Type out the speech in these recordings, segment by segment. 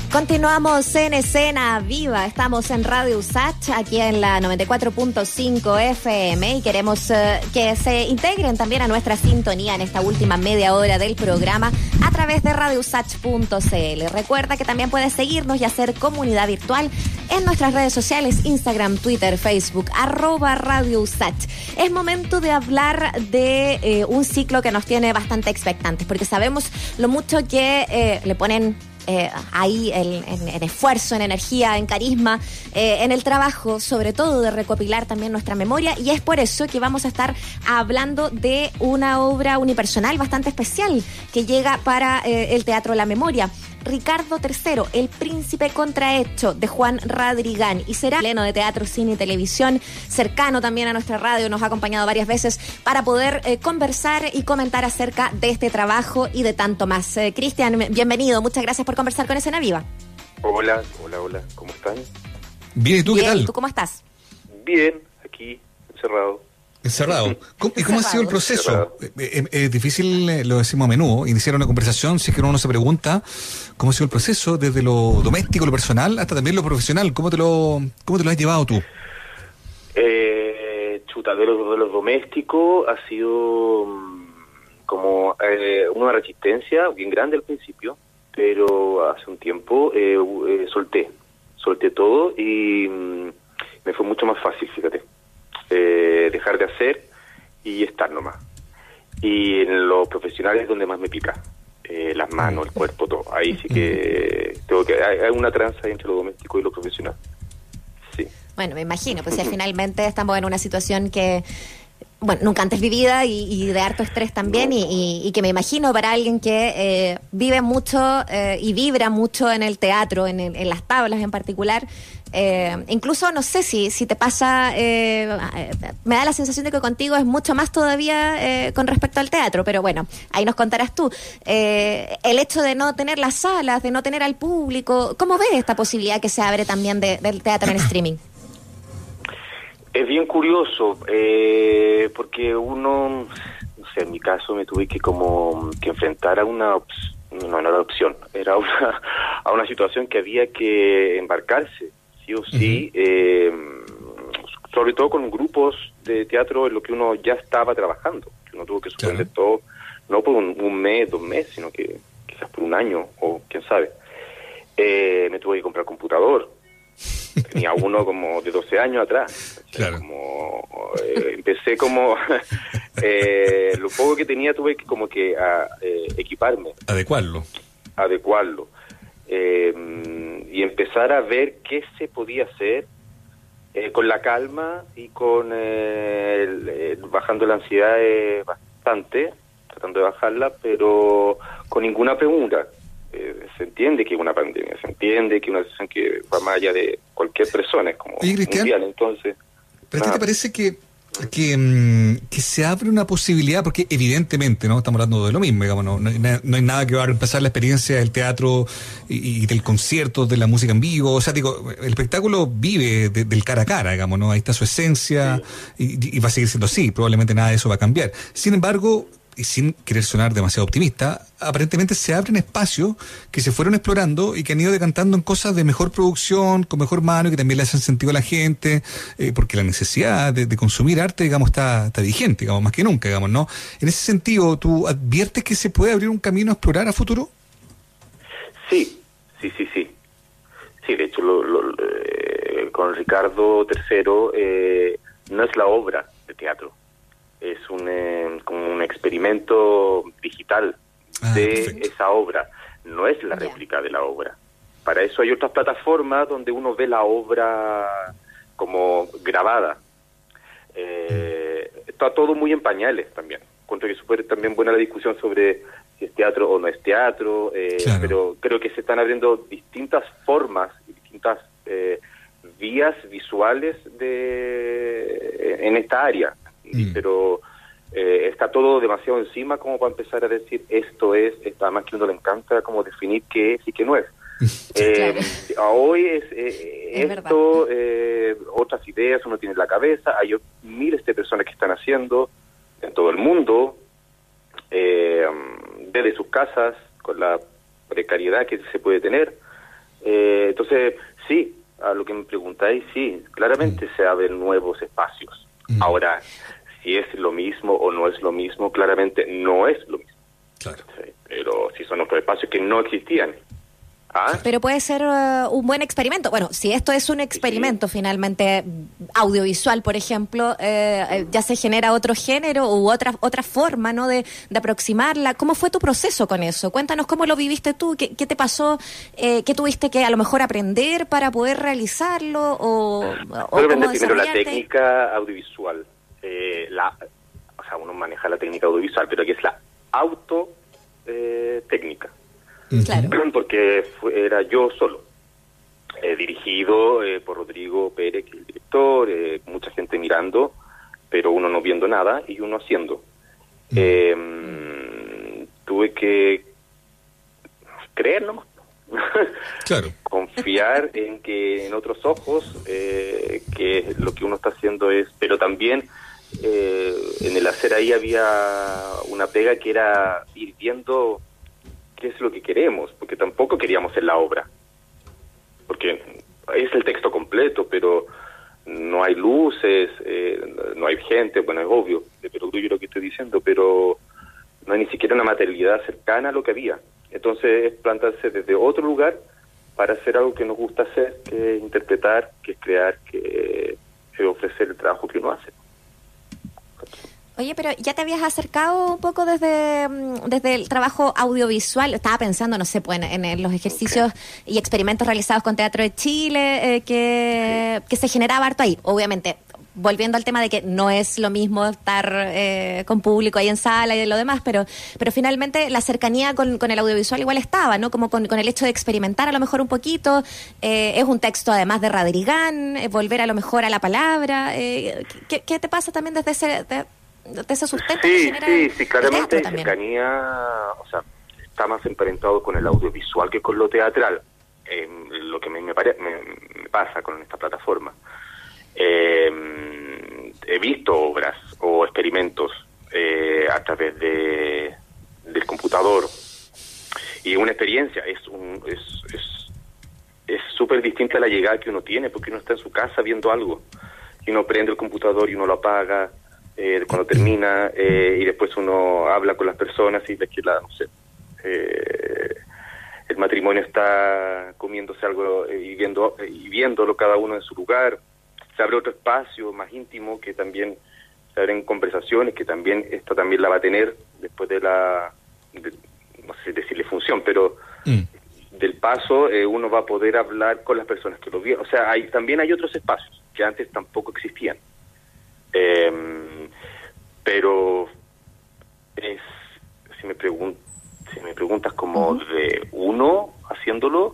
Continuamos en Escena Viva, estamos en Radio USACH, aquí en la 94.5 FM y queremos que se integren también a nuestra sintonía en esta última media hora del programa a través de radiousach.cl. Recuerda que también puedes seguirnos y hacer comunidad virtual en nuestras redes sociales, Instagram, Twitter, Facebook, @Radio USACH. Es momento de hablar de un ciclo que nos tiene bastante expectantes, porque sabemos lo mucho que le ponen ahí en esfuerzo, en energía, en carisma, en el trabajo, sobre todo de recopilar también nuestra memoria, y es por eso que vamos a estar hablando de una obra unipersonal bastante especial que llega para el Teatro La Memoria. Ricardo III, el príncipe contrahecho, de Juan Radrigán, y será pleno de teatro, cine y televisión, cercano también a nuestra radio, nos ha acompañado varias veces para poder conversar y comentar acerca de este trabajo y de tanto más. Cristian, bienvenido, muchas gracias por conversar con Escena Viva. Hola, ¿cómo están? Bien, ¿y tú qué tal? ¿Tú cómo estás? Bien, aquí, encerrado. Encerrado. ¿Y cómo ha sido el proceso? Es difícil, lo decimos a menudo, iniciar una conversación si es que uno se pregunta cómo ha sido el proceso, desde lo doméstico, lo personal, hasta también lo profesional. ¿Cómo te lo has llevado tú? De lo doméstico ha sido como una resistencia bien grande al principio, pero hace un tiempo solté todo y me fue mucho más fácil, fíjate. Dejar de hacer y estar nomás. Y en lo profesional es donde más me pica, las manos, el cuerpo, todo. Ahí sí que hay una tranza entre lo doméstico y lo profesional. Sí. Bueno, me imagino, pues si finalmente estamos en una situación que, bueno, nunca antes vivida y de harto estrés también, y que me imagino para alguien que vive mucho y vibra mucho en el teatro, en las tablas en particular. Incluso no sé si te pasa, me da la sensación de que contigo es mucho más todavía con respecto al teatro, pero bueno, ahí nos contarás tú. El hecho de no tener las salas, de no tener al público, ¿cómo ves esta posibilidad que se abre también del teatro en streaming? Es bien curioso, porque uno, no sé, en mi caso me tuve que enfrentar a una opción, no era una opción, era a una situación que había que embarcarse, sí o sí, sobre todo con grupos de teatro en lo que uno ya estaba trabajando, que uno tuvo que suspender todo, no por un mes, 2 meses, sino que quizás por un año, o quién sabe. Me tuve que comprar computador. Tenía uno como de 12 años atrás. Claro. Empecé lo poco que tenía tuve que equiparme. Adecuarlo. Y empezar a ver qué se podía hacer con la calma y con bajando la ansiedad bastante, tratando de bajarla, pero con ninguna premura. Se entiende que es una pandemia, se entiende que es una situación que va más allá de cualquier persona, es como mundial, entonces... ¿Pero qué te parece que se abre una posibilidad? Porque evidentemente no estamos hablando de lo mismo, digamos, no hay nada que va a reemplazar la experiencia del teatro y del concierto, de la música en vivo. O sea, digo, el espectáculo vive del cara a cara, digamos, ¿no? Ahí está su esencia, sí. y va a seguir siendo así, probablemente nada de eso va a cambiar. Sin embargo, y sin querer sonar demasiado optimista, aparentemente se abren espacios que se fueron explorando y que han ido decantando en cosas de mejor producción, con mejor mano, y que también le hacen sentido a la gente, porque la necesidad de consumir arte, digamos, está vigente, digamos, más que nunca, digamos, ¿no? En ese sentido, ¿tú adviertes que se puede abrir un camino a explorar a futuro? Sí. Sí, de hecho, con Ricardo III no es la obra de teatro. Es como un experimento digital de perfecto. Esa obra. No es la réplica de la obra. Para eso hay otras plataformas donde uno ve la obra como grabada. Está todo muy en pañales también. Encuentro que es súper también buena la discusión sobre si es teatro o no es teatro, claro. Pero creo que se están abriendo distintas formas, distintas vías visuales en esta área. Pero está todo demasiado encima como para empezar a decir esto es, además que a uno le encanta como definir qué es y qué no es. Claro. Hoy es esto, otras ideas uno tiene en la cabeza, hay miles de personas que están haciendo en todo el mundo, desde sus casas, con la precariedad que se puede tener, Entonces, sí, a lo que me preguntáis, sí, claramente se abren nuevos espacios. Ahora, si es lo mismo o no es lo mismo, claramente no es lo mismo. Claro. Sí, pero si son otros espacios que no existían. Pero puede ser un buen experimento. Bueno, si esto es un experimento finalmente audiovisual, por ejemplo, ya se genera otro género u otra forma, ¿no? de aproximarla. ¿Cómo fue tu proceso con eso? Cuéntanos cómo lo viviste tú, qué te pasó, qué tuviste que a lo mejor aprender para poder realizarlo o aprender primero la técnica audiovisual. O sea, uno maneja la técnica audiovisual, pero que es la técnica. Claro. Porque era yo solo, dirigido por Rodrigo Pérez, que es el director, mucha gente mirando, pero uno no viendo nada y uno haciendo. Tuve que creer nomás. Claro. Confiar en otros ojos, que lo que uno está haciendo es, pero también en el hacer ahí había una pega que era ir viendo qué es lo que queremos, porque tampoco queríamos hacer la obra, porque es el texto completo, pero no hay luces, no hay gente, bueno, es obvio, de perogrullo lo que estoy diciendo, pero no hay ni siquiera una materialidad cercana a lo que había. Entonces es plantarse desde otro lugar para hacer algo que nos gusta hacer, que es interpretar, que es crear, que es ofrecer el trabajo que uno hace. Oye, pero ¿ya te habías acercado un poco desde el trabajo audiovisual? Estaba pensando, no sé, pues en los ejercicios y experimentos realizados con Teatro de Chile, que se generaba harto ahí. Obviamente, volviendo al tema de que no es lo mismo estar con público ahí en sala y de lo demás, pero finalmente la cercanía con el audiovisual igual estaba, ¿no? Como con el hecho de experimentar a lo mejor un poquito. Es un texto además de Radrigán, volver a lo mejor a la palabra. ¿Qué te pasa también desde ese sustento que genera sí, claramente hay también? cercanía, o sea, está más emparentado con el audiovisual que con lo teatral, lo que a mí me pasa con esta plataforma. He visto obras o experimentos a través del computador, y una experiencia es súper distinta a la llegada que uno tiene, porque uno está en su casa viendo algo y uno prende el computador y uno lo apaga cuando termina, y después uno habla con las personas y ves que el matrimonio está comiéndose algo y viéndolo cada uno en su lugar. Se abre otro espacio más íntimo, que también se abren conversaciones, que también esta también la va a tener después de no sé decirle función, pero del paso uno va a poder hablar con las personas que lo vieron. O sea, también hay otros espacios que antes tampoco existían. Pero si me preguntas como de uno haciéndolo,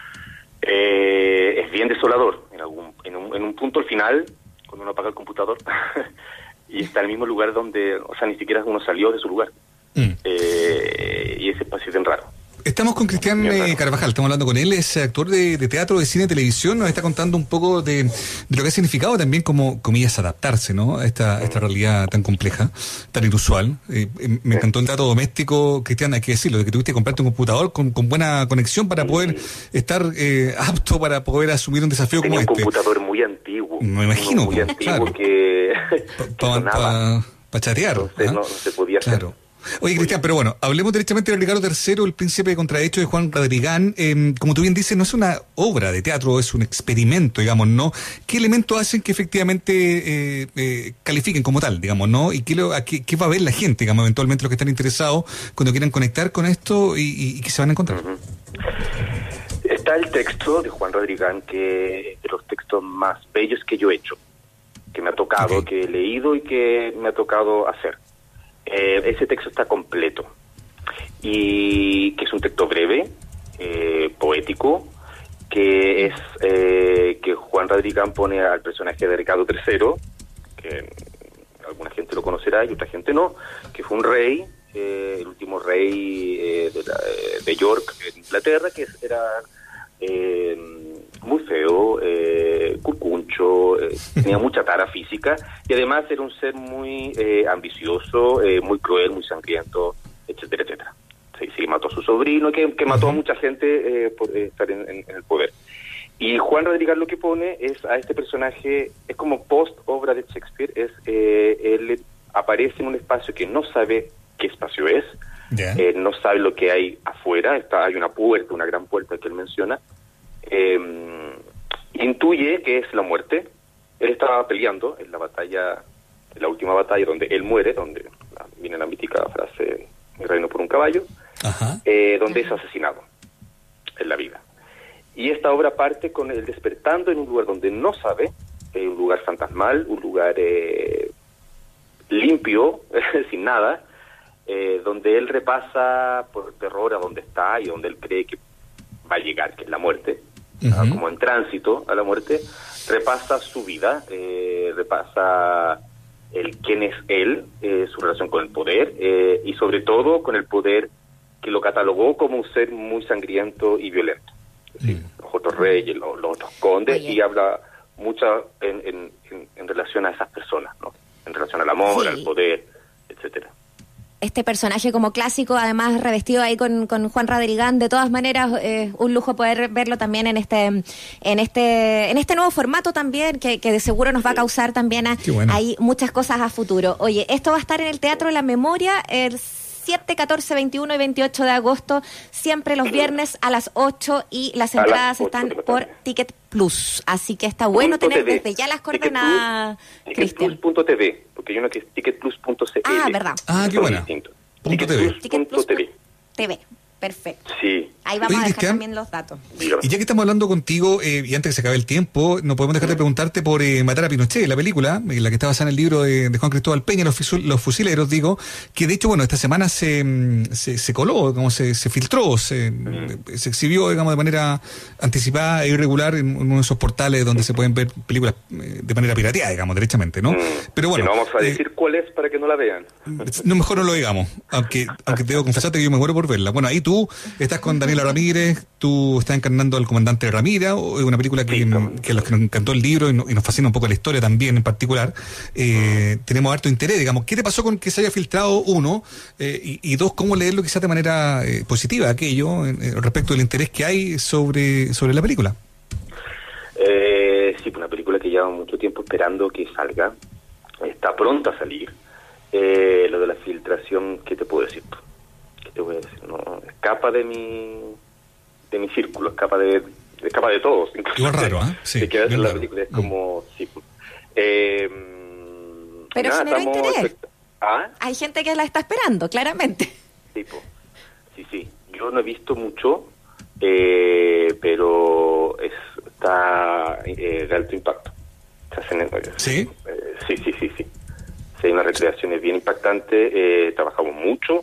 es bien desolador en un punto al final, cuando uno apaga el computador y está en el mismo lugar donde, o sea, ni siquiera uno salió de su lugar, y ese espacio es bien raro. Estamos con Cristian Carvajal, estamos hablando con él, es actor de teatro, de cine y televisión, nos está contando un poco de lo que ha significado también, como comillas, adaptarse, ¿no? a esta realidad tan compleja, tan inusual. Me encantó el dato doméstico, Cristian, hay que decirlo, de que tuviste que comprarte un computador con buena conexión para poder estar apto para poder asumir un desafío como este. Un computador muy antiguo. Me imagino, muy antiguo, claro. que Para chatear. Entonces, no se podía hacer. Claro. Oye, Cristian, pero bueno, hablemos directamente de Ricardo III, el príncipe contrahecho de Juan Radrigán. Como tú bien dices, no es una obra de teatro, es un experimento, digamos, ¿no? ¿Qué elementos hacen que efectivamente califiquen como tal, digamos, ¿no? ¿Y qué va a ver la gente, digamos, eventualmente los que están interesados cuando quieran conectar con esto y qué se van a encontrar? Está el texto de Juan Radrigán, que es de los textos más bellos que yo he hecho, que me ha tocado, que he leído y que me ha tocado hacer. Ese texto está completo, y que es un texto breve, poético, que es que Juan Radrigán pone al personaje de Ricardo III, que alguna gente lo conocerá y otra gente no, que fue un rey, el último rey de York, en Inglaterra, que era muy feo, curcuncho, tenía mucha tara física, y además era un ser muy ambicioso, muy cruel, muy sangriento, etcétera, etcétera. Sí, que mató a su sobrino, que mató a mucha gente por estar en el poder. Y Juan Rodríguez lo que pone es a este personaje, es como post-obra de Shakespeare, él aparece en un espacio que no sabe qué espacio es, no sabe lo que hay afuera, hay una puerta, una gran puerta que él menciona, intuye que es la muerte. Él estaba peleando en la batalla, en la última batalla donde él muere, donde viene la mítica frase, mi reino por un caballo, donde es asesinado en la vida. Y esta obra parte con él despertando en un lugar donde no sabe, un lugar fantasmal, un lugar limpio, sin nada, donde él repasa por terror a donde está y donde él cree que va a llegar, que es la muerte, como en tránsito a la muerte, repasa su vida, repasa quién es él, su relación con el poder, y sobre todo con el poder que lo catalogó como un ser muy sangriento y violento. Es decir, los otros reyes, los otros condes, y habla mucho en relación a esas personas, ¿no? En relación al amor, al poder, etcétera. Este personaje como clásico, además revestido ahí con Juan Radrigán, de todas maneras un lujo poder verlo también en este nuevo formato también, que de seguro nos va a causar también ahí muchas cosas a futuro. Oye, esto va a estar en el Teatro La Memoria el 7, 14, 21 y 28 de agosto, siempre los viernes a las 8, y las entradas están por Ticket Plus. Así que está bueno tener desde ya las coordenadas. Ticketplus.tv, porque hay uno que es ticketplus.cl. Ah, verdad. Qué buena. Ticketplus.tv. TV. Perfecto. Sí. Ahí vamos a dejar también los datos. Y ya que estamos hablando contigo, y antes que se acabe el tiempo, no podemos dejar de preguntarte por Matar a Pinochet, la película, la que está basada en el libro de Juan Cristóbal Peña, Los Fusileros, digo, que de hecho, bueno, esta semana se coló, como se filtró, se exhibió, digamos, de manera anticipada e irregular en uno de esos portales donde se pueden ver películas de manera pirateada, digamos, derechamente, ¿no? Pero bueno. No vamos a decir cuál es para que no la vean. No, mejor no lo digamos, aunque debo confesarte que yo me muero por verla. Bueno, ahí tú estás con Daniela Ramírez, tú estás encarnando al comandante Ramírez, una película que a los que nos encantó el libro y nos fascina un poco la historia también en particular, tenemos harto interés, digamos. ¿Qué te pasó con que se haya filtrado, uno? Y dos, ¿cómo leerlo quizás de manera positiva aquello respecto del interés que hay sobre la película? Sí, una película que lleva mucho tiempo esperando que salga, está pronta a salir. Lo de la filtración, ¿qué te puedo decir? Te voy a decir, no, escapa de mi círculo, escapa de todos. Igual raro, ¿eh? Sí. Se queda en la película, es como... Sí. Pero genera interés. Hay gente que la está esperando, claramente. Sí. Yo no he visto mucho, pero está de alto impacto. ¿Sí? Sí. Sí, hay unas recreaciones bien impactantes, trabajamos mucho.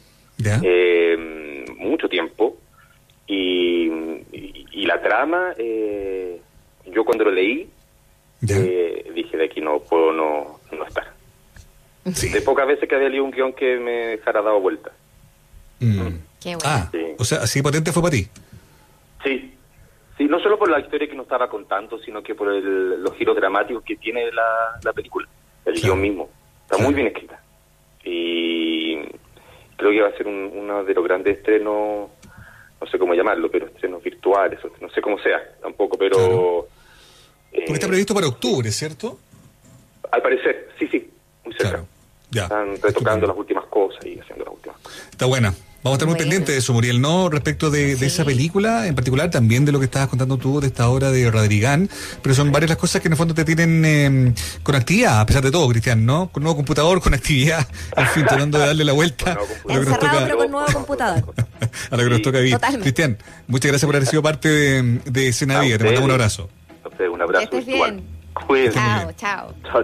Mucho tiempo y la trama, yo cuando lo leí dije, de aquí no puedo no estar. De pocas veces que había leído un guión que me dejara dado vuelta. Qué bueno. O sea, así potente fue para ti. Sí, no solo por la historia que nos estaba contando, sino que por los giros dramáticos que tiene la película, el guión mismo. Está muy bien escrita y creo que va a ser uno de los grandes estrenos, no sé cómo llamarlo, pero estrenos virtuales, no sé cómo sea tampoco, pero... Claro. Porque está previsto para octubre, ¿cierto? Al parecer, sí, muy cerca. Claro. Ya. Están retocando las últimas cosas y haciendo las últimas cosas. Está buena. Vamos a estar muy pendientes de eso, Muriel, ¿no? Respecto de esa película, en particular también de lo que estabas contando tú de esta obra de Radrigán, pero son varias las cosas que en el fondo te tienen con actividad, a pesar de todo, Cristian, ¿no? Con nuevo computador, con actividad, en fin, tratando de darle la vuelta. Encerrado, pero con nuevo computador. A lo que nos toca vivir. Cristian, muchas gracias por haber sido parte de Escena Viva. Te mandamos un abrazo. Un abrazo. Que estés bien. Cuídense. Chao.